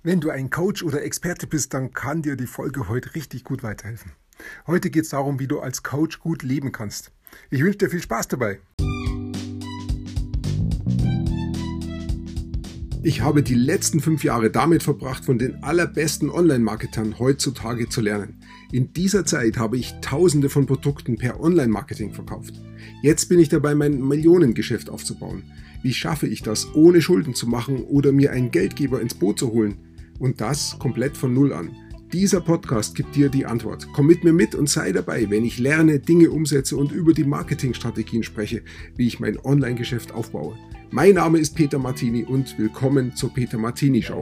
Wenn du ein Coach oder Experte bist, dann kann dir die Folge heute richtig gut weiterhelfen. Heute geht es darum, wie du als Coach gut leben kannst. Ich wünsche dir viel Spaß dabei. Ich habe die letzten 5 Jahre damit verbracht, von den allerbesten Online-Marketern heutzutage zu lernen. In dieser Zeit habe ich Tausende von Produkten per Online-Marketing verkauft. Jetzt bin ich dabei, mein Millionengeschäft aufzubauen. Wie schaffe ich das, ohne Schulden zu machen oder mir einen Geldgeber ins Boot zu holen? Und das komplett von Null an. Dieser Podcast gibt dir die Antwort. Komm mit mir mit und sei dabei, wenn ich lerne, Dinge umsetze und über die Marketingstrategien spreche, wie ich mein Online-Geschäft aufbaue. Mein Name ist Peter Martini und willkommen zur Peter Martini Show.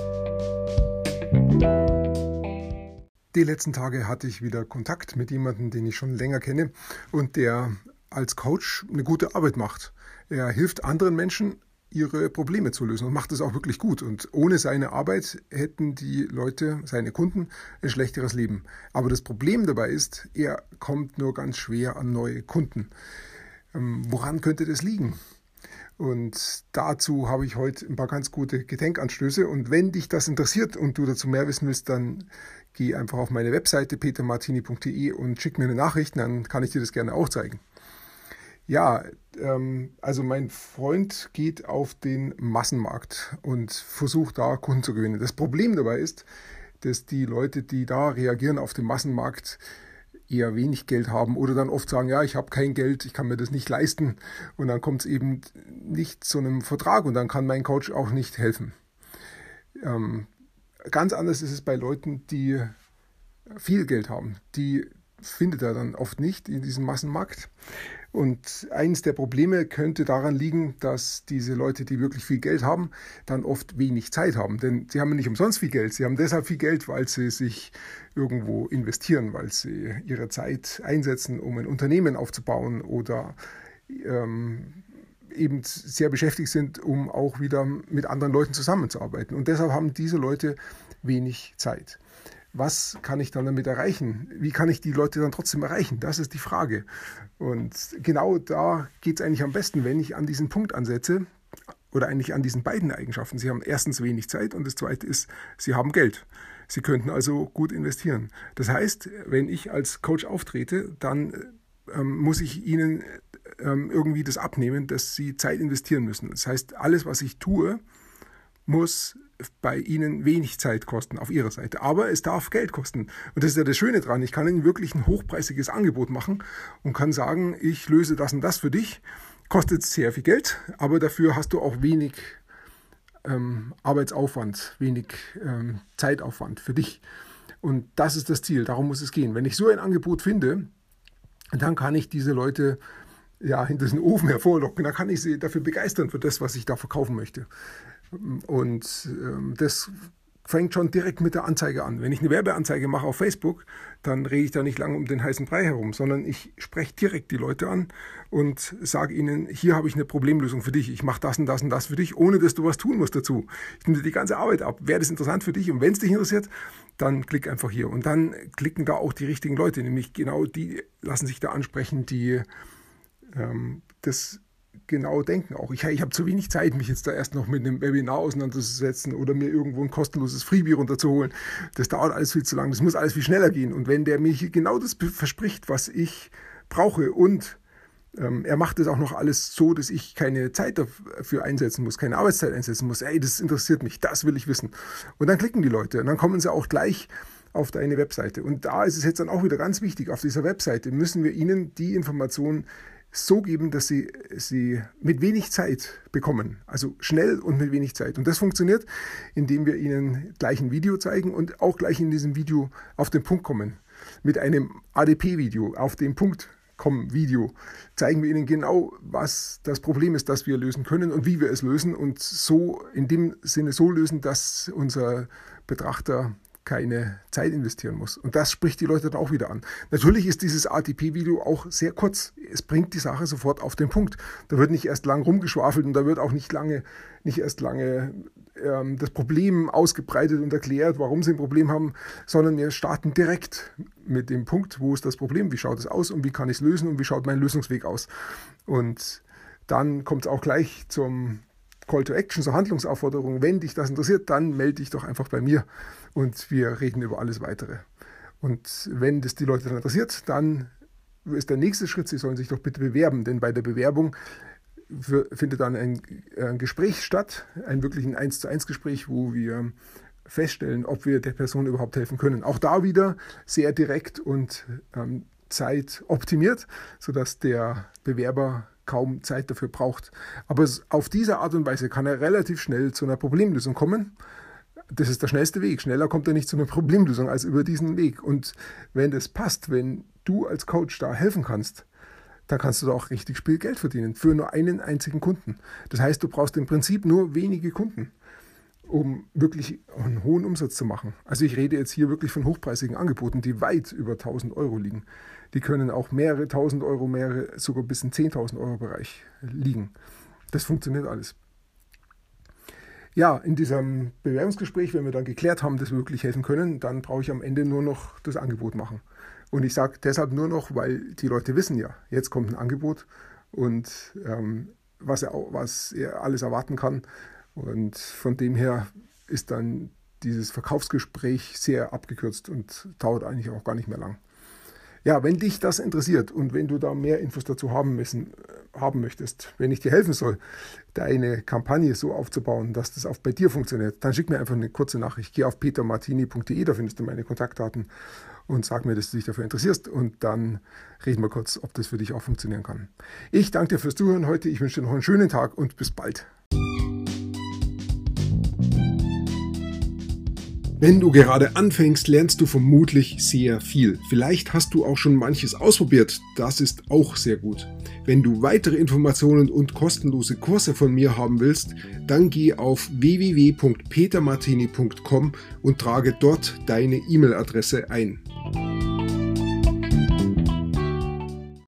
Die letzten Tage hatte ich wieder Kontakt mit jemandem, den ich schon länger kenne und der als Coach eine gute Arbeit macht. Er hilft anderen Menschen, ihre Probleme zu lösen und macht es auch wirklich gut. Und ohne seine Arbeit hätten die Leute, seine Kunden, ein schlechteres Leben. Aber das Problem dabei ist, er kommt nur ganz schwer an neue Kunden. Woran könnte das liegen? Und dazu habe ich heute ein paar ganz gute Gedenkanstöße. Und wenn dich das interessiert und du dazu mehr wissen willst, dann geh einfach auf meine Webseite petermartini.de und schick mir eine Nachricht, dann kann ich dir das gerne auch zeigen. Ja, also mein Freund geht auf den Massenmarkt und versucht da Kunden zu gewinnen. Das Problem dabei ist, dass die Leute, die da reagieren auf den Massenmarkt, eher wenig Geld haben oder dann oft sagen, ja, ich habe kein Geld, ich kann mir das nicht leisten und dann kommt es eben nicht zu einem Vertrag und dann kann mein Coach auch nicht helfen. Ganz anders ist es bei Leuten, die viel Geld haben. Die findet er dann oft nicht in diesem Massenmarkt. Und eines der Probleme könnte daran liegen, dass diese Leute, die wirklich viel Geld haben, dann oft wenig Zeit haben. Denn sie haben nicht umsonst viel Geld. Sie haben deshalb viel Geld, weil sie sich irgendwo investieren, weil sie ihre Zeit einsetzen, um ein Unternehmen aufzubauen oder eben sehr beschäftigt sind, um auch wieder mit anderen Leuten zusammenzuarbeiten. Und deshalb haben diese Leute wenig Zeit. Was kann ich dann damit erreichen? Wie kann ich die Leute dann trotzdem erreichen? Das ist die Frage. Und genau da geht es eigentlich am besten, wenn ich an diesen Punkt ansetze oder eigentlich an diesen beiden Eigenschaften. Sie haben erstens wenig Zeit und das zweite ist, sie haben Geld. Sie könnten also gut investieren. Das heißt, wenn ich als Coach auftrete, dann muss ich ihnen irgendwie das abnehmen, dass sie Zeit investieren müssen. Das heißt, alles, was ich tue, muss bei Ihnen wenig Zeit kosten auf Ihrer Seite. Aber es darf Geld kosten. Und das ist ja das Schöne dran. Ich kann Ihnen wirklich ein hochpreisiges Angebot machen und kann sagen, ich löse das und das für dich. Kostet sehr viel Geld, aber dafür hast du auch wenig Arbeitsaufwand, wenig Zeitaufwand für dich. Und das ist das Ziel. Darum muss es gehen. Wenn ich so ein Angebot finde, dann kann ich diese Leute hinter diesen Ofen hervorlocken. Dann kann ich sie dafür begeistern für das, was ich da verkaufen möchte. Und das fängt schon direkt mit der Anzeige an. Wenn ich eine Werbeanzeige mache auf Facebook, dann rede ich da nicht lange um den heißen Brei herum, sondern ich spreche direkt die Leute an und sage ihnen, hier habe ich eine Problemlösung für dich. Ich mache das und das und das für dich, ohne dass du was tun musst dazu. Ich nehme dir die ganze Arbeit ab. Wäre das interessant für dich? Und wenn es dich interessiert, dann klick einfach hier. Und dann klicken da auch die richtigen Leute, nämlich genau die lassen sich da ansprechen, die das genau denken auch. Ich habe zu wenig Zeit, mich jetzt da erst noch mit einem Webinar auseinanderzusetzen oder mir irgendwo ein kostenloses Freebie runterzuholen. Das dauert alles viel zu lang. Das muss alles viel schneller gehen. Und wenn der mir hier genau das verspricht, was ich brauche und er macht das auch noch alles so, dass ich keine Zeit dafür einsetzen muss, keine Arbeitszeit einsetzen muss. Das interessiert mich, das will ich wissen. Und dann klicken die Leute und dann kommen sie auch gleich auf deine Webseite. Und da ist es jetzt dann auch wieder ganz wichtig, auf dieser Webseite müssen wir ihnen die Informationen so geben, dass sie mit wenig Zeit bekommen. Also schnell und mit wenig Zeit. Und das funktioniert, indem wir ihnen gleich ein Video zeigen und auch gleich in diesem Video auf den Punkt kommen. Mit einem ADP-Video, auf den Punkt kommen Video, zeigen wir ihnen genau, was das Problem ist, das wir lösen können und wie wir es lösen und so in dem Sinne so lösen, dass unser Betrachter keine Zeit investieren muss. Und das spricht die Leute dann auch wieder an. Natürlich ist dieses ATP-Video auch sehr kurz. Es bringt die Sache sofort auf den Punkt. Da wird nicht erst lang rumgeschwafelt und da wird auch nicht erst lange das Problem ausgebreitet und erklärt, warum sie ein Problem haben, sondern wir starten direkt mit dem Punkt, wo ist das Problem, wie schaut es aus und wie kann ich es lösen und wie schaut mein Lösungsweg aus. Und dann kommt es auch gleich zum Call to Action, so Handlungsaufforderung. Wenn dich das interessiert, dann melde dich doch einfach bei mir und wir reden über alles Weitere. Und wenn das die Leute dann interessiert, dann ist der nächste Schritt, sie sollen sich doch bitte bewerben, denn bei der Bewerbung findet dann ein Gespräch statt, ein wirklich 1:1 Gespräch, wo wir feststellen, ob wir der Person überhaupt helfen können. Auch da wieder sehr direkt und zeitoptimiert, sodass der Bewerber kaum Zeit dafür braucht. Aber auf diese Art und Weise kann er relativ schnell zu einer Problemlösung kommen. Das ist der schnellste Weg. Schneller kommt er nicht zu einer Problemlösung als über diesen Weg. Und wenn das passt, wenn du als Coach da helfen kannst, dann kannst du da auch richtig viel Geld verdienen für nur einen einzigen Kunden. Das heißt, du brauchst im Prinzip nur wenige Kunden, um wirklich einen hohen Umsatz zu machen. Also ich rede jetzt hier wirklich von hochpreisigen Angeboten, die weit über 1.000 € liegen. Die können auch mehrere 1.000 €, mehrere sogar bis in 10.000 € Bereich liegen. Das funktioniert alles. Ja, in diesem Bewerbungsgespräch, wenn wir dann geklärt haben, dass wir wirklich helfen können, dann brauche ich am Ende nur noch das Angebot machen. Und ich sage deshalb nur noch, weil die Leute wissen ja, jetzt kommt ein Angebot und was er alles erwarten kann. Und von dem her ist dann dieses Verkaufsgespräch sehr abgekürzt und dauert eigentlich auch gar nicht mehr lang. Ja, wenn dich das interessiert und wenn du da mehr Infos dazu haben möchtest, wenn ich dir helfen soll, deine Kampagne so aufzubauen, dass das auch bei dir funktioniert, dann schick mir einfach eine kurze Nachricht. Geh auf petermartini.de, da findest du meine Kontaktdaten und sag mir, dass du dich dafür interessierst und dann reden wir kurz, ob das für dich auch funktionieren kann. Ich danke dir fürs Zuhören heute, ich wünsche dir noch einen schönen Tag und bis bald. Wenn du gerade anfängst, lernst du vermutlich sehr viel. Vielleicht hast du auch schon manches ausprobiert. Das ist auch sehr gut. Wenn du weitere Informationen und kostenlose Kurse von mir haben willst, dann geh auf www.petermartini.com und trage dort deine E-Mail-Adresse ein.